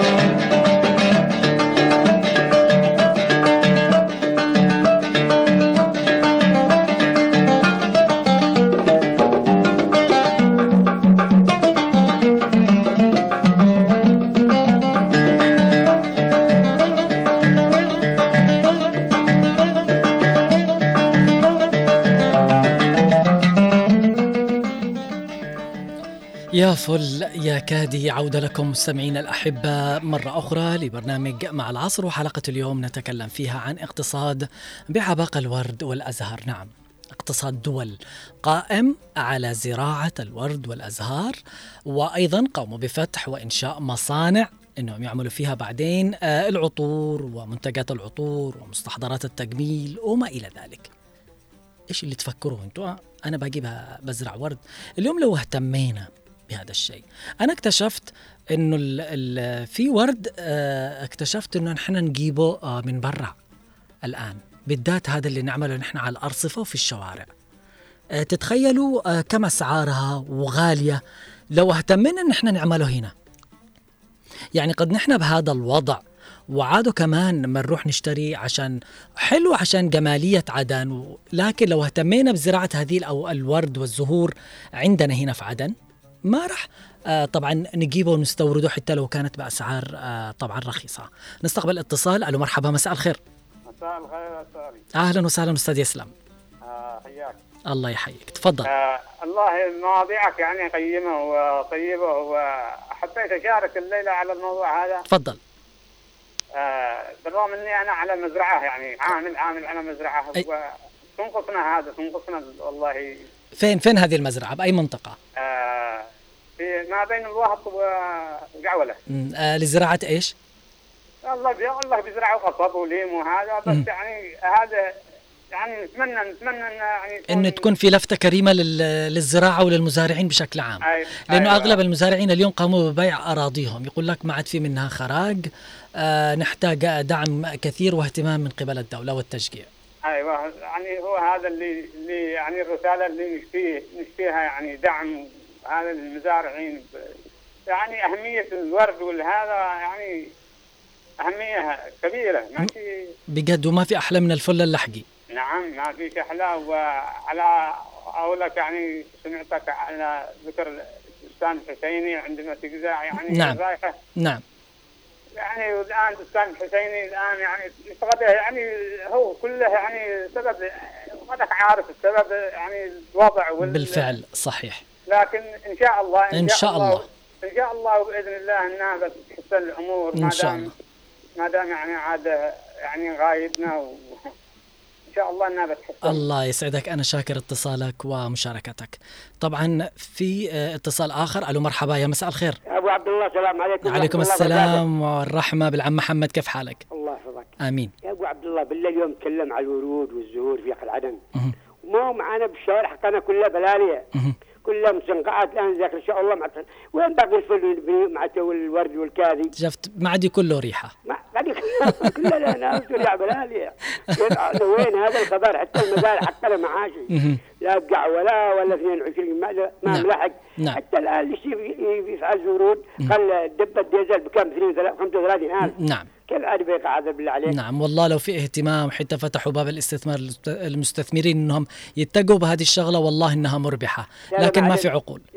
يا فل يا كادي، عودة لكم مستمعين الأحبة مرة أخرى لبرنامج مع العصر، وحلقة اليوم نتكلم فيها عن اقتصاد بعباقة الورد والأزهار. نعم، اقتصاد دول قائم على زراعة الورد والأزهار، وأيضا قاموا بفتح وإنشاء مصانع إنهم يعملوا فيها بعدين العطور ومنتجات العطور ومستحضرات التجميل وما إلى ذلك. إيش اللي تفكروا أنتوا؟ أنا بجيبها بزرع ورد. اليوم لو اهتمينا بهذا الشيء، أنا اكتشفت إنه في ورد اكتشفت إنه نحن نجيبه من برا الآن، بالذات هذا اللي نعمله نحن على الأرصفة وفي الشوارع. تتخيلوا كم أسعارها وغالية لو اهتمينا نحن نعمله هنا. يعني قد نحن بهذا الوضع وعادوا كمان ما نروح نشتري عشان حلو عشان جمالية عدن، لكن لو اهتمينا بزراعة هذه أو الورد والزهور عندنا هنا في عدن ما رح طبعا نجيبه ونستورده حتى لو كانت بأسعار طبعا رخيصة. نستقبل اتصال. ألو مرحبا، مساء الخير. مساء الخير أستاذي. أهلا وسهلا أستاذ يسلم. حياك. الله يحييك، تفضل. الله مواضيعك يعني قيمة وطيبة، وحبيت أشارك الليلة على الموضوع هذا. تفضل. بالرغم أني أنا على مزرعة، يعني عامل على مزرعة، وتنقصنا والله. فين هذه المزرعة؟ بأي منطقة؟ في ما بين الوهط وجعولة. لزراعة إيش؟ الله بيزرعوا قصب وليم وهذا، بس يعني هذا يعني نتمنى يعني إن تكون في لفتة كريمة للزراعة وللمزارعين بشكل عام. لأنه أغلب المزارعين اليوم قاموا ببيع أراضيهم، يقول لك ما عاد في منها خراج، نحتاج دعم كثير واهتمام من قبل الدولة والتشجيع. أيوة، يعني هو هذا اللي يعني الرسالة اللي نشتيها، يعني دعم هذا المزارعين، يعني أهمية الورد والهذا يعني أهمية كبيرة ماشي بجد، وما في أحلى من الفل اللحقي. نعم، ما في أحلى. وعلى أقولك يعني سمعتك على ذكر الأستاذ الحسيني عندما تجزع يعني نعم. الرايحة. نعم. يعني والآن الأستاذ الحسيني الآن يعني يعني هو كله يعني سبب، ما عارف السبب يعني الوضع بالفعل صحيح. لكن إن شاء الله إن شاء الله وبإذن الله إنها بس تحسن الأمور، ما دام يعني عاد يعني غايبنا، إن شاء الله إنها بتحسن. الله يسعدك، أنا شاكر اتصالك ومشاركتك. طبعا في اتصال آخر. ألو مرحبا، يا مساء الخير. أبو عبد الله، السلام عليكم. عليكم السلام والرحمة بالعم محمد، كيف حالك؟ الله يحفظك. آمين. يا أبو عبد الله، بالله اليوم تكلم على الورود والزهور في عدن، وما معنا بالشوارع حقنا كلها بلالية، كلها مستنقعات الآن ذاك إن شاء الله. وين باقي الفل مع الورد والكاذي؟ شفت ما عاد كله ريحة. ما عاد كله لا ناس ترجع بلالية. وين هذا الخبر؟ حتى المزارع حقنا معاشي لا بقع ولا 22 ما ملحق. نعم. حتى الآن اللي يفعل زورود خلى دبة ديزل بكم 35,000. نعم. كيف عاد بيقع هذا بالله عليك؟ نعم والله، لو في اهتمام حتى فتحوا باب الاستثمار المستثمرين انهم يتقوا بهذه الشغله، والله انها مربحه، لكن ما في عقول.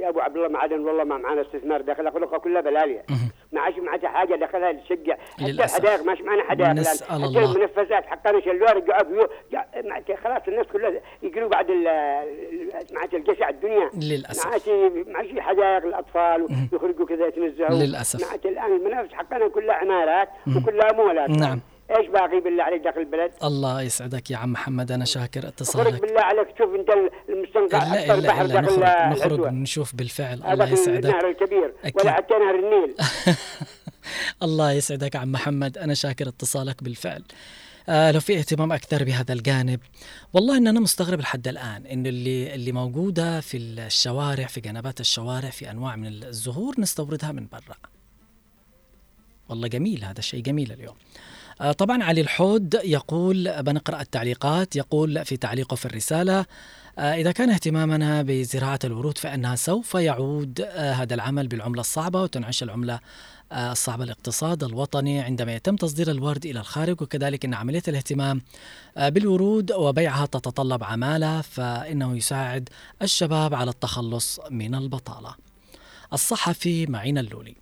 يا ابو عبد الله معدن والله ما معنا استثمار داخل اخلاقها كلها بلاليه. ما عادش معها حاجه دخلها تشجع حتى الحدائق ماش معنا حدائق نسأل حتى الله. المنفذات حقنا شلوها رجعوا خلاص الناس كلها يقولوا بعد معناتها الجشع الدنيا للاسف ما عادش حدائق الاطفال ويخرجوا كذا يتنزهوا للاسف. معناتها الان المنافذ حقنا كلها عمارات وكلها مولات. نعم. ايش باقي بالله عليك داخل البلد؟ الله يسعدك يا عم محمد، انا شاكر اتصالك. خرج بالله عليك تشوف انت المستنقع لا البحر لا داخل نخرج نشوف بالفعل. الله يسعدك. النهر الكبير أكيد. ولا حتى نهر النيل. الله يسعدك عم محمد، انا شاكر اتصالك بالفعل. لو في اهتمام اكثر بهذا الجانب، والله ان انا مستغرب لحد الان انه اللي موجوده في الشوارع، في جنبات الشوارع، في انواع من الزهور نستوردها من برا. والله جميل، هذا الشيء جميل اليوم. طبعا علي الحود يقول، بنقرأ التعليقات، يقول في تعليقه في الرسالة: إذا كان اهتمامنا بزراعة الورود فإنها سوف يعود هذا العمل بالعملة الصعبة، وتنعش العملة الصعبة الاقتصاد الوطني عندما يتم تصدير الورد إلى الخارج، وكذلك أن عملية الاهتمام بالورود وبيعها تتطلب عمالة، فإنه يساعد الشباب على التخلص من البطالة. الصحفي معين اللولي: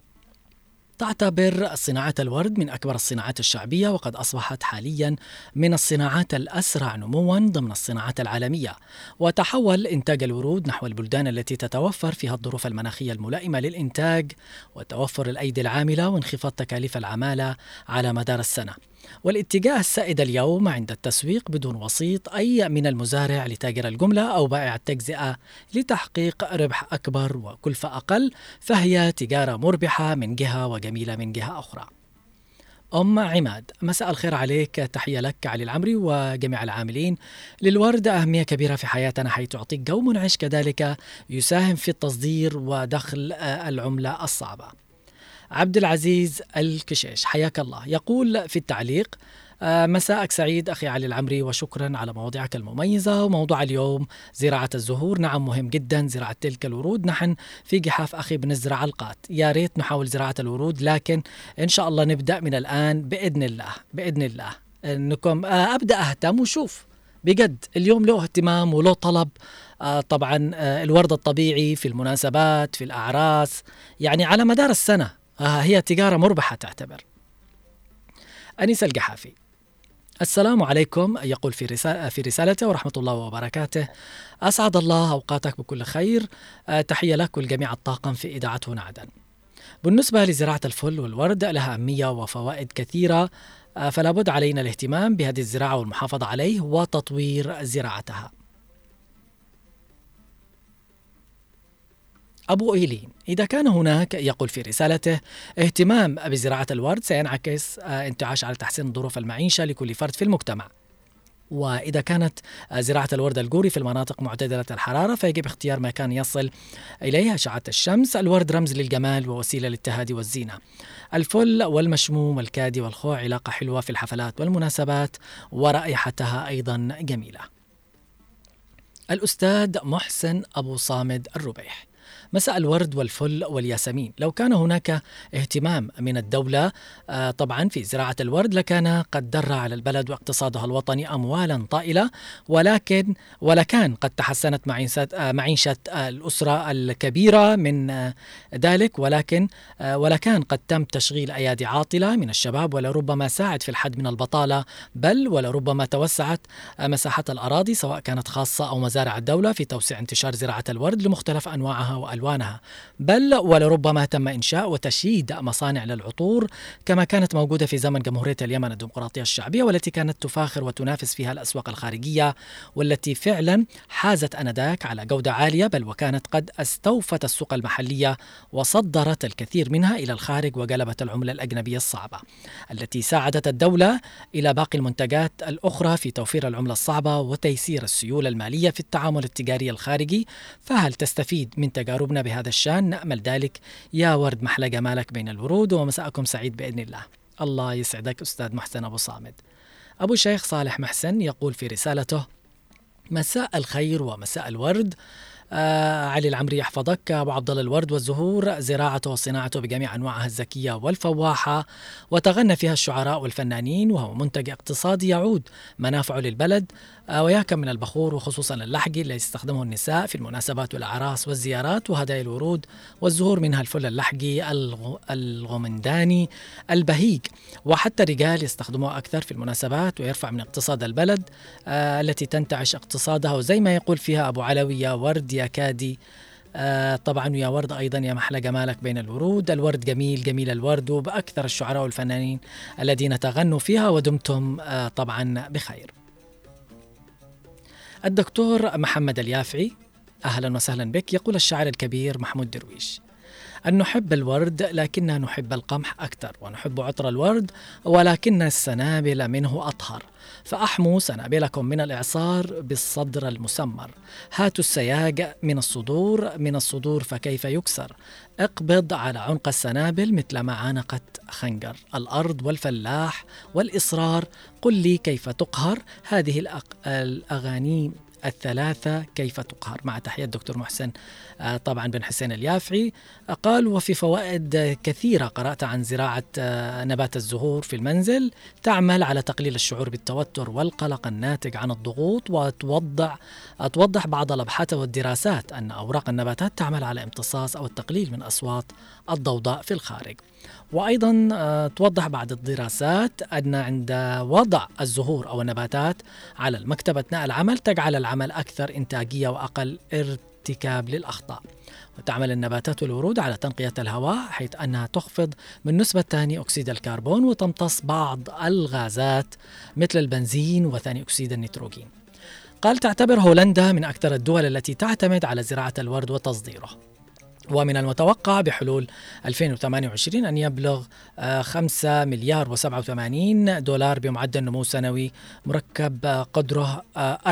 تعتبر صناعة الورد من أكبر الصناعات الشعبية، وقد أصبحت حاليا من الصناعات الأسرع نموا ضمن الصناعات العالمية، وتحول إنتاج الورود نحو البلدان التي تتوفر فيها الظروف المناخية الملائمة للإنتاج وتوفر الأيدي العاملة وانخفاض تكاليف العمالة على مدار السنة. والاتجاه السائد اليوم عند التسويق بدون وسيط أي من المزارع لتاجر الجملة أو بائع التجزئة لتحقيق ربح أكبر وكلفة أقل، فهي تجارة مربحة من جهة وجميلة من جهة أخرى. أم عماد: مساء الخير عليك، تحية لك علي العمري وجميع العاملين. للورد أهمية كبيرة في حياتنا، حيث تعطيك جو منعش، كذلك يساهم في التصدير ودخل العملة الصعبة. عبد العزيز الكشيش: حياك الله، يقول في التعليق: مساءك سعيد أخي علي العمري، وشكرا على مواضيعك المميزة. وموضوع اليوم زراعة الزهور، نعم مهم جدا زراعة تلك الورود. نحن في جحاف أخي بنزرع علقات، يا ريت نحاول زراعة الورود، لكن إن شاء الله نبدأ من الآن بإذن الله. بإذن الله أنكم أبدأ أهتم وشوف بجد اليوم له اهتمام وله طلب. طبعا الورد الطبيعي في المناسبات، في الأعراس، يعني على مدار السنة هي تجارة مربحة تعتبر. أنيس الجحافي: السلام عليكم، يقول في رسالته: ورحمة الله وبركاته، أسعد الله أوقاتك بكل خير، تحية لك والجميع الطاقم في إذاعة هنا عدن. بالنسبة لزراعة الفل والورد لها أهمية وفوائد كثيرة، فلا بد علينا الاهتمام بهذه الزراعة والمحافظة عليه وتطوير زراعتها. أبو إيلين: إذا كان هناك، يقول في رسالته، اهتمام بزراعة الورد سينعكس انتعاش على تحسين ظروف المعيشة لكل فرد في المجتمع. وإذا كانت زراعة الورد الجوري في المناطق معتدلة الحرارة فيجب اختيار مكان يصل إليه أشعة الشمس. الورد رمز للجمال ووسيلة للتهادي والزينة. الفل والمشموم والكادي والخوع علاقة حلوة في الحفلات والمناسبات، ورائحتها أيضا جميلة. الأستاذ محسن أبو صامد الربيح: مساء الورد والفل والياسمين، لو كان هناك اهتمام من الدولة طبعا في زراعة الورد لكان قد در على البلد واقتصادها الوطني أموالا طائلة، ولكان قد تحسنت معيشة الأسرة الكبيرة من ذلك، ولكان قد تم تشغيل أيادي عاطلة من الشباب، ولربما ساعد في الحد من البطالة، بل ولربما توسعت مساحة الأراضي سواء كانت خاصة أو مزارع الدولة في توسيع انتشار زراعة الورد لمختلف أنواعها وألوانها، بل ولربما تم إنشاء وتشييد مصانع للعطور كما كانت موجودة في زمن جمهورية اليمن الديمقراطية الشعبية، والتي كانت تفاخر وتنافس فيها الأسواق الخارجية، والتي فعلا حازت آنذاك على جودة عالية، بل وكانت قد استوفت السوق المحلية وصدرت الكثير منها إلى الخارج، وجلبت العملة الأجنبية الصعبة التي ساعدت الدولة إلى باقي المنتجات الأخرى في توفير العملة الصعبة وتيسير السيولة المالية في التعامل التجاري الخارجي. فهل تستفيد من تجاربنا بهذا الشان؟ نأمل ذلك يا ورد محلى جمالك بين الورود، ومساءكم سعيد بإذن الله. الله يسعدك أستاذ محسن أبو صامد. أبو شيخ صالح محسن يقول في رسالته: مساء الخير ومساء الورد، علي العمري يحفظك. أبو عبد الله: الورد والزهور زراعته وصناعته بجميع أنواعها الزكية والفواحة وتغنى فيها الشعراء والفنانين، وهو منتج اقتصادي يعود منافعه للبلد وياكم من البخور وخصوصا اللحقي الذي يستخدمه النساء في المناسبات والأعراس والزيارات وهدايا الورود والزهور، منها الفل اللحقي، الغمنداني، البهيج، وحتى الرجال يستخدموه أكثر في المناسبات ويرفع من اقتصاد البلد التي تنتعش اقتصادها. وزي ما يقول فيها أبو علوي: يا ورد يا كادي، طبعا ويا ورد أيضا يا محلى جمالك بين الورود. الورد جميل جميل الورد، وبأكثر الشعراء والفنانين الذين تغنوا فيها، ودمتم طبعا بخير. الدكتور محمد اليافعي: أهلا وسهلا بك. يقول الشاعر الكبير محمود درويش: أن نحب الورد لكننا نحب القمح أكثر، ونحب عطر الورد ولكن السنابل منه أطهر، فأحموا سنابلكم من الإعصار بالصدر المسمر، هاتوا السياج من الصدور فكيف يكسر، اقبض على عنق السنابل مثل ما عانقت خنجر، الأرض والفلاح والإصرار، قل لي كيف تقهر هذه الأغاني الثلاثة كيف تقهر. مع تحية الدكتور محسن طبعا بن حسين اليافعي. قال: وفي فوائد كثيرة قرأت عن زراعة نبات الزهور في المنزل، تعمل على تقليل الشعور بالتوتر والقلق الناتج عن الضغوط، وتوضح بعض الأبحاث والدراسات أن أوراق النباتات تعمل على امتصاص أو التقليل من أصوات الضوضاء في الخارج. وأيضا توضح بعض الدراسات أن عند وضع الزهور أو النباتات على المكتب أثناء العمل تجعل العمل أكثر إنتاجية وأقل ارتكاب للأخطاء. وتعمل النباتات والورود على تنقية الهواء، حيث أنها تخفض من نسبة ثاني أكسيد الكربون وتمتص بعض الغازات مثل البنزين وثاني أكسيد النيتروجين. قال: تعتبر هولندا من أكثر الدول التي تعتمد على زراعة الورد وتصديره، ومن المتوقع بحلول 2028 أن يبلغ 5 مليار و87 دولار بمعدل نمو سنوي مركب قدره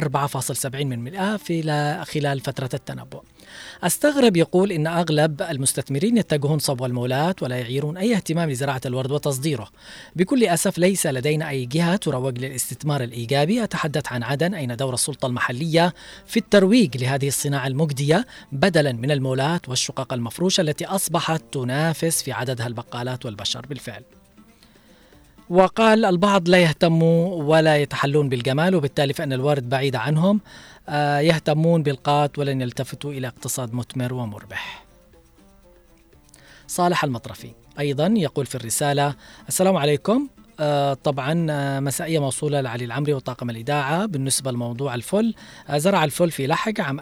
4.70% خلال فترة التنبؤ. أستغرب، يقول، إن أغلب المستثمرين يتجهون صبو المولات ولا يعيرون أي اهتمام لزراعة الورد وتصديره. بكل أسف ليس لدينا أي جهة تروج للاستثمار الإيجابي. أتحدث عن عدن، أين دور السلطة المحلية في الترويج لهذه الصناعة المجدية بدلا من المولات والشقق المفروشة التي أصبحت تنافس في عددها البقالات والبشر بالفعل. وقال: البعض لا يهتموا ولا يتحلون بالجمال، وبالتالي فإن الورد بعيد عنهم، يهتمون بالقات ولن يلتفتوا إلى اقتصاد مثمر ومربح. صالح المطرفي أيضا يقول في الرسالة: السلام عليكم. طبعا مسائية موصولة لعلي العمري وطاقم الإذاعة. بالنسبة لموضوع الفل، زرع الفل في لحج عام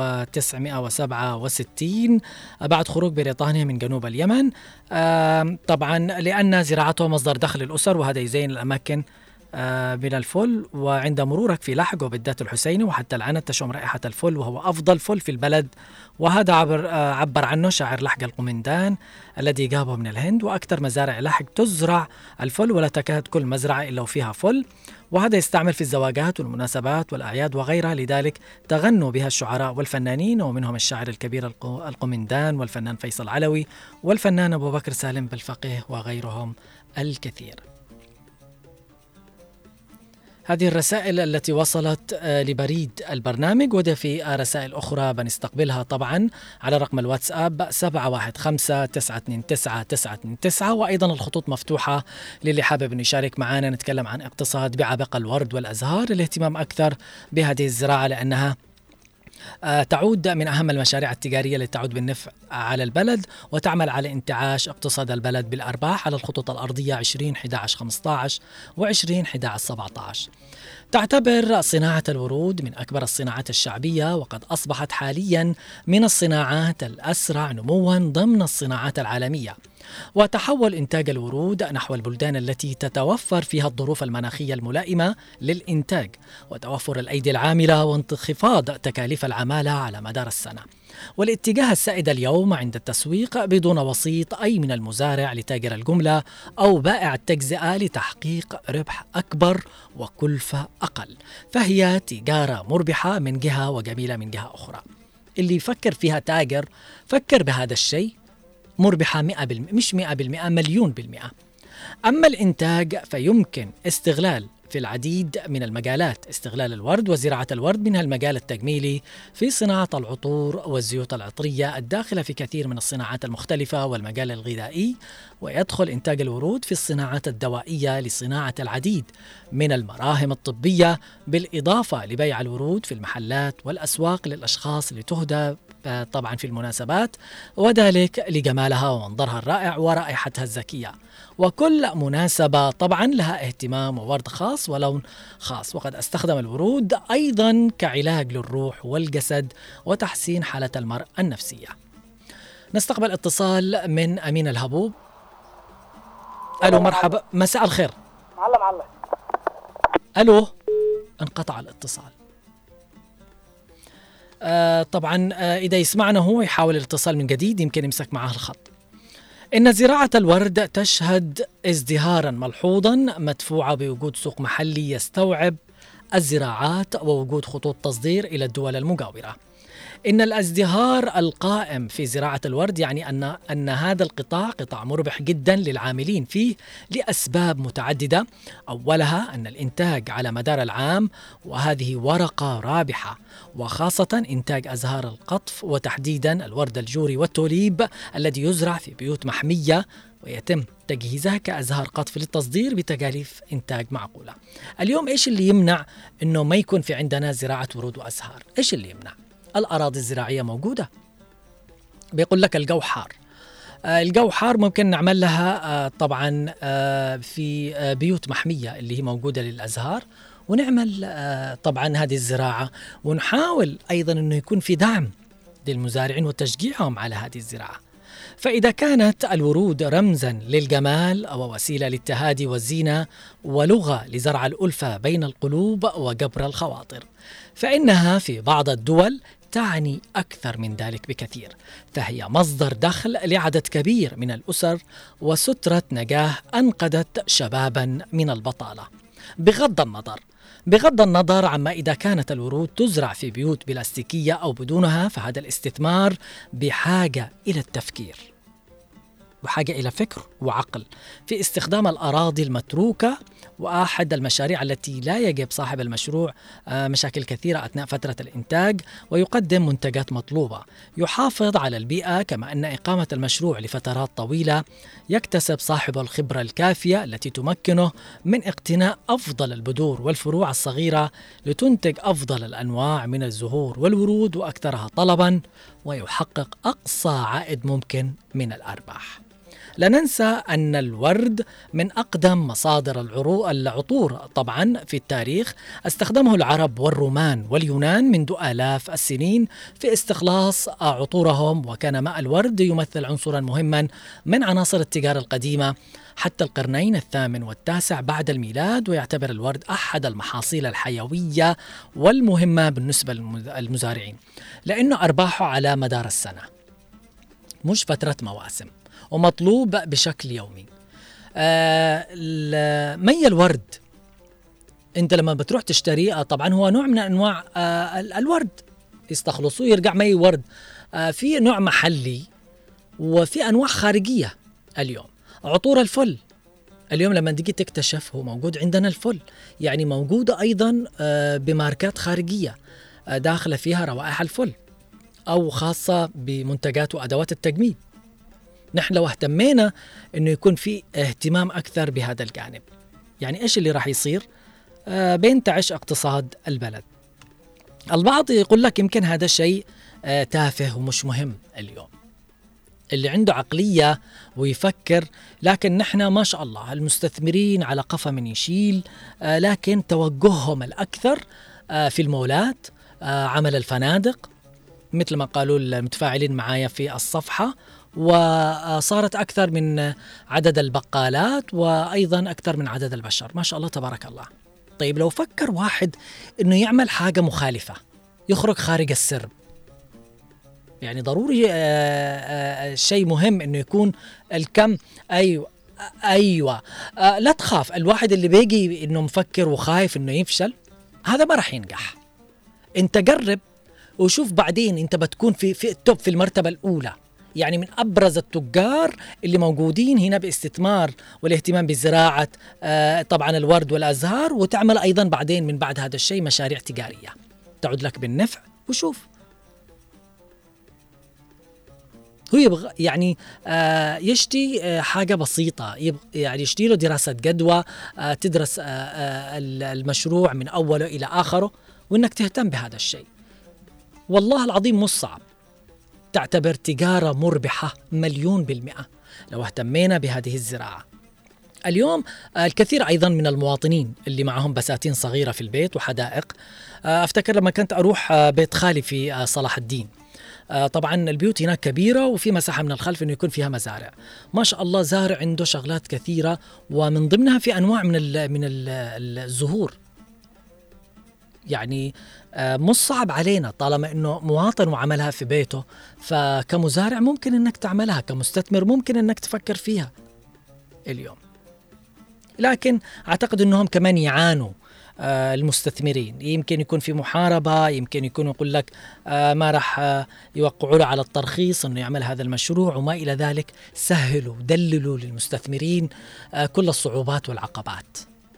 1967 بعد خروج بريطانيا من جنوب اليمن، طبعا لأن زراعته مصدر دخل الأسر، وهذا يزين الأماكن من الفل. وعند مرورك في لحج وبالذات الحسيني وحتى الآن تشم رائحة الفل، وهو أفضل فل في البلد، وهذا عبر عنه شاعر لحج القمندان الذي جابه من الهند. وأكثر مزارع لحج تزرع الفل، ولا تكاد كل مزرعة إلا وفيها فل، وهذا يستعمل في الزواجات والمناسبات والأعياد وغيرها، لذلك تغنوا بها الشعراء والفنانين، ومنهم الشاعر الكبير القمندان والفنان فيصل علوي والفنان أبو بكر سالم بالفقيه وغيرهم الكثير. هذه الرسائل التي وصلت لبريد البرنامج، وده في رسائل أخرى بنستقبلها طبعا على رقم الواتساب 715-929-929، وأيضا الخطوط مفتوحة للي حابب أن يشارك معنا نتكلم عن اقتصاد بعبق الورد والأزهار. الاهتمام أكثر بهذه الزراعة لأنها تعود من أهم المشاريع التجارية التي تعود بالنفع على البلد وتعمل على انتعاش اقتصاد البلد بالأرباح على الخطوط الأرضية 2011-15 و2011-17. تعتبر صناعة الورود من أكبر الصناعات الشعبية، وقد أصبحت حاليا من الصناعات الأسرع نموا ضمن الصناعات العالمية. وتحول إنتاج الورود نحو البلدان التي تتوفر فيها الظروف المناخية الملائمة للإنتاج، وتوفر الأيدي العاملة وانخفاض تكاليف العمالة على مدار السنة. والاتجاه السائد اليوم عند التسويق بدون وسيط، أي من المزارع لتاجر الجملة أو بائع التجزئة لتحقيق ربح أكبر وكلفة أقل، فهي تجارة مربحة من جهة وجميلة من جهة أخرى. اللي يفكر فيها تاجر فكر بهذا الشيء، مربحة 100%، مش 100%، 1,000,000%. أما الإنتاج فيمكن استغلال في العديد من المجالات. استغلال الورد وزراعة الورد منها المجال التجميلي في صناعة العطور والزيوت العطرية الداخلة في كثير من الصناعات المختلفة، والمجال الغذائي، ويدخل إنتاج الورود في الصناعات الدوائية لصناعة العديد من المراهم الطبية، بالإضافة لبيع الورود في المحلات والأسواق للأشخاص لتهدى طبعا في المناسبات، وذلك لجمالها ومنظرها الرائع ورائحتها الزكية. وكل مناسبة طبعا لها اهتمام وورد خاص ولون خاص. وقد استخدم الورود أيضا كعلاج للروح والجسد وتحسين حالة المرء النفسية. نستقبل اتصال من أمين الهبوب. ألو، مرحبا، مساء الخير. معلم. ألو، انقطع الاتصال. طبعا إذا يسمعنا هو يحاول الاتصال من جديد، يمكن يمسك معه الخط. إن زراعة الورد تشهد ازدهارا ملحوظا مدفوعة بوجود سوق محلي يستوعب الزراعات ووجود خطوط تصدير إلى الدول المجاورة. إن الازدهار القائم في زراعة الورد يعني أن هذا القطاع قطاع مربح جدا للعاملين فيه لأسباب متعددة. أولها أن الإنتاج على مدار العام، وهذه ورقة رابحة، وخاصة إنتاج أزهار القطف وتحديدا الورد الجوري والتوليب الذي يزرع في بيوت محمية ويتم تجهيزها كأزهار قطف للتصدير بتكاليف إنتاج معقولة. اليوم إيش اللي يمنع إنه ما يكون في عندنا زراعة ورود وأزهار؟ إيش اللي يمنع؟ الأراضي الزراعية موجودة. بيقول لك الجو حار. الجو حار ممكن نعمل لها طبعا في بيوت محمية اللي هي موجودة للأزهار، ونعمل طبعا هذه الزراعة، ونحاول أيضا أنه يكون في دعم للمزارعين وتشجيعهم على هذه الزراعة. فإذا كانت الورود رمزا للجمال أو وسيلة للتهادي والزينة ولغة لزرع الألفة بين القلوب وجبر الخواطر، فإنها في بعض الدول تعني أكثر من ذلك بكثير، فهي مصدر دخل لعدد كبير من الأسر وسترة نجاة أنقذت شبابا من البطالة. بغض النظر عما إذا كانت الورود تزرع في بيوت بلاستيكية أو بدونها، فهذا الاستثمار بحاجة إلى التفكير، بحاجة إلى فكر وعقل في استخدام الأراضي المتروكة. وأحد المشاريع التي لا يجب صاحب المشروع مشاكل كثيرة أثناء فترة الإنتاج، ويقدم منتجات مطلوبة، يحافظ على البيئة، كما أن إقامة المشروع لفترات طويلة يكتسب صاحبه الخبرة الكافية التي تمكنه من اقتناء أفضل البذور والفروع الصغيرة لتنتج أفضل الأنواع من الزهور والورود وأكثرها طلبا، ويحقق أقصى عائد ممكن من الأرباح. لا ننسى أن الورد من أقدم مصادر العطور طبعا في التاريخ. استخدمه العرب والرومان واليونان منذ آلاف السنين في استخلاص عطورهم، وكان ماء الورد يمثل عنصرا مهما من عناصر التجارة القديمة حتى القرنين الثامن والتاسع بعد الميلاد. ويعتبر الورد أحد المحاصيل الحيوية والمهمة بالنسبة للمزارعين، لأنه أرباحه على مدار السنة مش فترة مواسم، ومطلوب بشكل يومي. مي الورد انت لما بتروح تشتريه طبعا هو نوع من انواع الورد، يستخلصوه يرجع مي ورد. في نوع محلي وفي انواع خارجية. اليوم عطور الفل، اليوم لما تيجي تكتشف هو موجود عندنا الفل، يعني موجودة ايضا بماركات خارجية داخل فيها روائح الفل، او خاصة بمنتجات وادوات التجميل. نحن لو اهتمينا انه يكون في اهتمام اكثر بهذا الجانب، يعني ايش اللي راح يصير؟ بينتعش اقتصاد البلد. البعض يقول لك يمكن هذا الشيء تافه ومش مهم. اليوم اللي عنده عقلية ويفكر، لكن نحن ما شاء الله المستثمرين على قفا من يشيل، لكن توجههم الأكثر في المولات، عمل الفنادق مثل ما قالوا المتفاعلين معايا في الصفحة، وصارت أكثر من عدد البقالات وأيضا أكثر من عدد البشر، ما شاء الله تبارك الله. طيب لو فكر واحد أنه يعمل حاجة مخالفة، يخرج خارج السرب، يعني ضروري شيء مهم أنه يكون الكم. أيوة لا تخاف. الواحد اللي بيجي أنه مفكر وخايف أنه يفشل، هذا ما رح ينجح. أنت جرب وشوف بعدين أنت بتكون في التوب، في المرتبة الأولى. يعني من أبرز التجار اللي موجودين هنا باستثمار والاهتمام بزراعة طبعا الورد والأزهار، وتعمل أيضا بعدين من بعد هذا الشيء مشاريع تجارية تعود لك بالنفع. وشوف هو يبغى يعني يشتي حاجة بسيطة، يعني يشتي له دراسة جدوى، تدرس المشروع من أوله إلى آخره، وإنك تهتم بهذا الشيء. والله العظيم مش صعب، تعتبر تجارة مربحة 100% لو اهتمينا بهذه الزراعة. اليوم الكثير أيضا من المواطنين اللي معهم بساتين صغيرة في البيت وحدائق. أفتكر لما كنت أروح بيت خالي في صلاح الدين، طبعا البيوت هناك كبيرة وفي مساحة من الخلف إنه يكون فيها مزارع. ما شاء الله زارع عنده شغلات كثيرة، ومن ضمنها في أنواع من الزهور. يعني مش صعب علينا طالما إنه مواطن وعملها في بيته، فكمزارع ممكن إنك تعملها، كمستثمر ممكن إنك تفكر فيها اليوم. لكن أعتقد إنهم كمان يعانوا المستثمرين، يمكن يكون في محاربة، يمكن يكون يقول لك ما راح يوقعوا له على الترخيص إنه يعمل هذا المشروع وما إلى ذلك. سهلوا دللوا للمستثمرين كل الصعوبات والعقبات،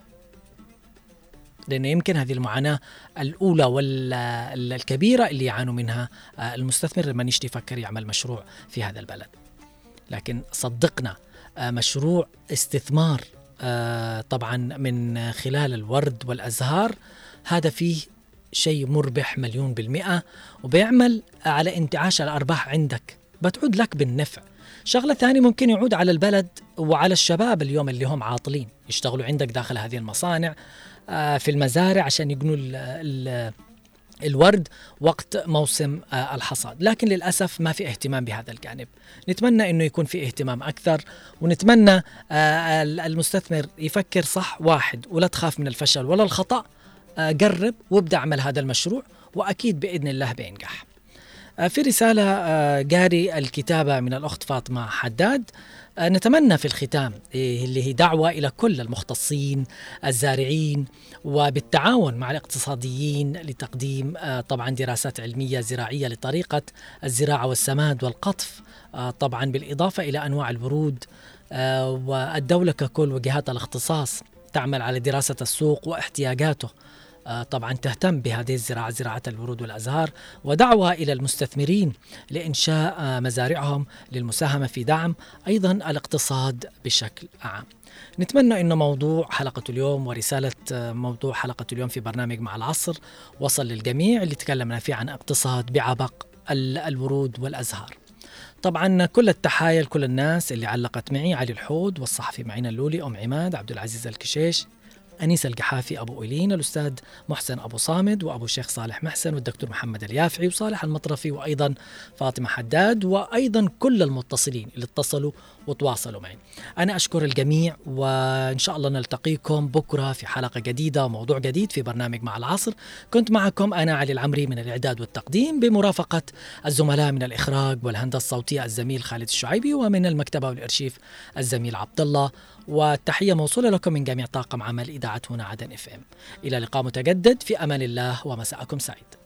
لأنه يمكن هذه المعاناة الأولى والكبيرة اللي يعانوا منها المستثمر لما يشتي يفكر يعمل مشروع في هذا البلد. لكن صدقنا مشروع استثمار طبعا من خلال الورد والأزهار هذا فيه شيء مربح 100%، وبيعمل على انتعاش الأرباح عندك، بتعود لك بالنفع. شغلة ثانية ممكن يعود على البلد وعلى الشباب اليوم اللي هم عاطلين يشتغلوا عندك داخل هذه المصانع في المزارع عشان يقنوا الورد وقت موسم الحصاد. لكن للأسف ما في اهتمام بهذا الجانب. نتمنى أنه يكون في اهتمام أكثر، ونتمنى المستثمر يفكر صح. واحد، ولا تخاف من الفشل ولا الخطأ، قرب وابدأ اعمل هذا المشروع وأكيد بإذن الله بينجح. في رسالة قاري الكتابة من الأخت فاطمة حداد، نتمنى في الختام اللي هي دعوة إلى كل المختصين الزارعين وبالتعاون مع الاقتصاديين لتقديم طبعا دراسات علمية زراعية لطريقة الزراعة والسماد والقطف، طبعا بالإضافة إلى أنواع الورود، والدولة ككل وجهات الاختصاص تعمل على دراسة السوق واحتياجاته، طبعا تهتم بهذه الزراعة، زراعة الورود والأزهار، ودعوة إلى المستثمرين لإنشاء مزارعهم للمساهمة في دعم أيضا الاقتصاد بشكل عام. نتمنى أنه موضوع حلقة اليوم ورسالة موضوع حلقة اليوم في برنامج مع العصر وصل للجميع، اللي تكلمنا فيه عن اقتصاد بعبق الورود والأزهار. طبعا كل التحايا لكل الناس اللي علقت معي: علي الحود، والصحفي معين اللولي، أم عماد، عبد العزيز الكشيش، أنيس القحافي، أبو إيلين، الأستاذ محسن أبو صامد، وأبو الشيخ صالح محسن، والدكتور محمد اليافعي، وصالح المطرفي، وأيضا فاطمة حداد، وأيضا كل المتصلين اللي اتصلوا وتواصلوا معي. أنا أشكر الجميع، وإن شاء الله نلتقيكم بكرة في حلقة جديدة وموضوع جديد في برنامج مع العصر. كنت معكم أنا علي العمري من الإعداد والتقديم، بمرافقة الزملاء من الإخراج والهندسة الصوتية الزميل خالد الشعيبي، ومن المكتبة والإرشيف الزميل عبد الله. والتحية موصولة لكم من جميع طاقم عمل إذاعة هنا عدن FM. إلى لقاء متجدد، في أمان الله، ومساءكم سعيد.